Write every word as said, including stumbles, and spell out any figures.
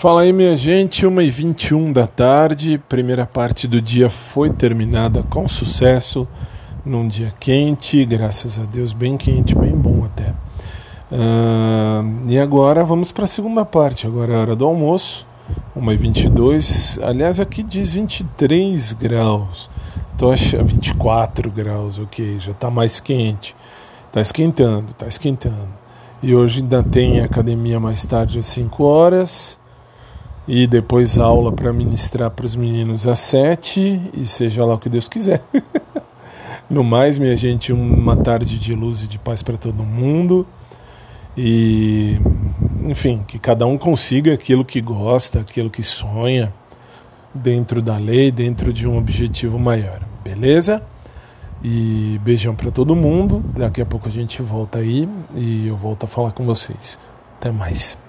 Fala aí, minha gente, uma e vinte e um da tarde, primeira parte do dia foi terminada com sucesso, num dia quente, graças a Deus, bem quente, bem bom até. Uh, e agora vamos para a segunda parte, agora é a hora do almoço, uma e vinte e dois, aliás aqui diz vinte e três graus, tô achando vinte e quatro graus, ok, já está mais quente, está esquentando, está esquentando. E hoje ainda tem academia mais tarde às cinco horas, e depois aula para ministrar para os meninos às sete, e seja lá o que Deus quiser. No mais, minha gente, uma tarde de luz e de paz para todo mundo. E, enfim, que cada um consiga aquilo que gosta, aquilo que sonha, dentro da lei, dentro de um objetivo maior. Beleza? E beijão para todo mundo. Daqui a pouco a gente volta aí e eu volto a falar com vocês. Até mais.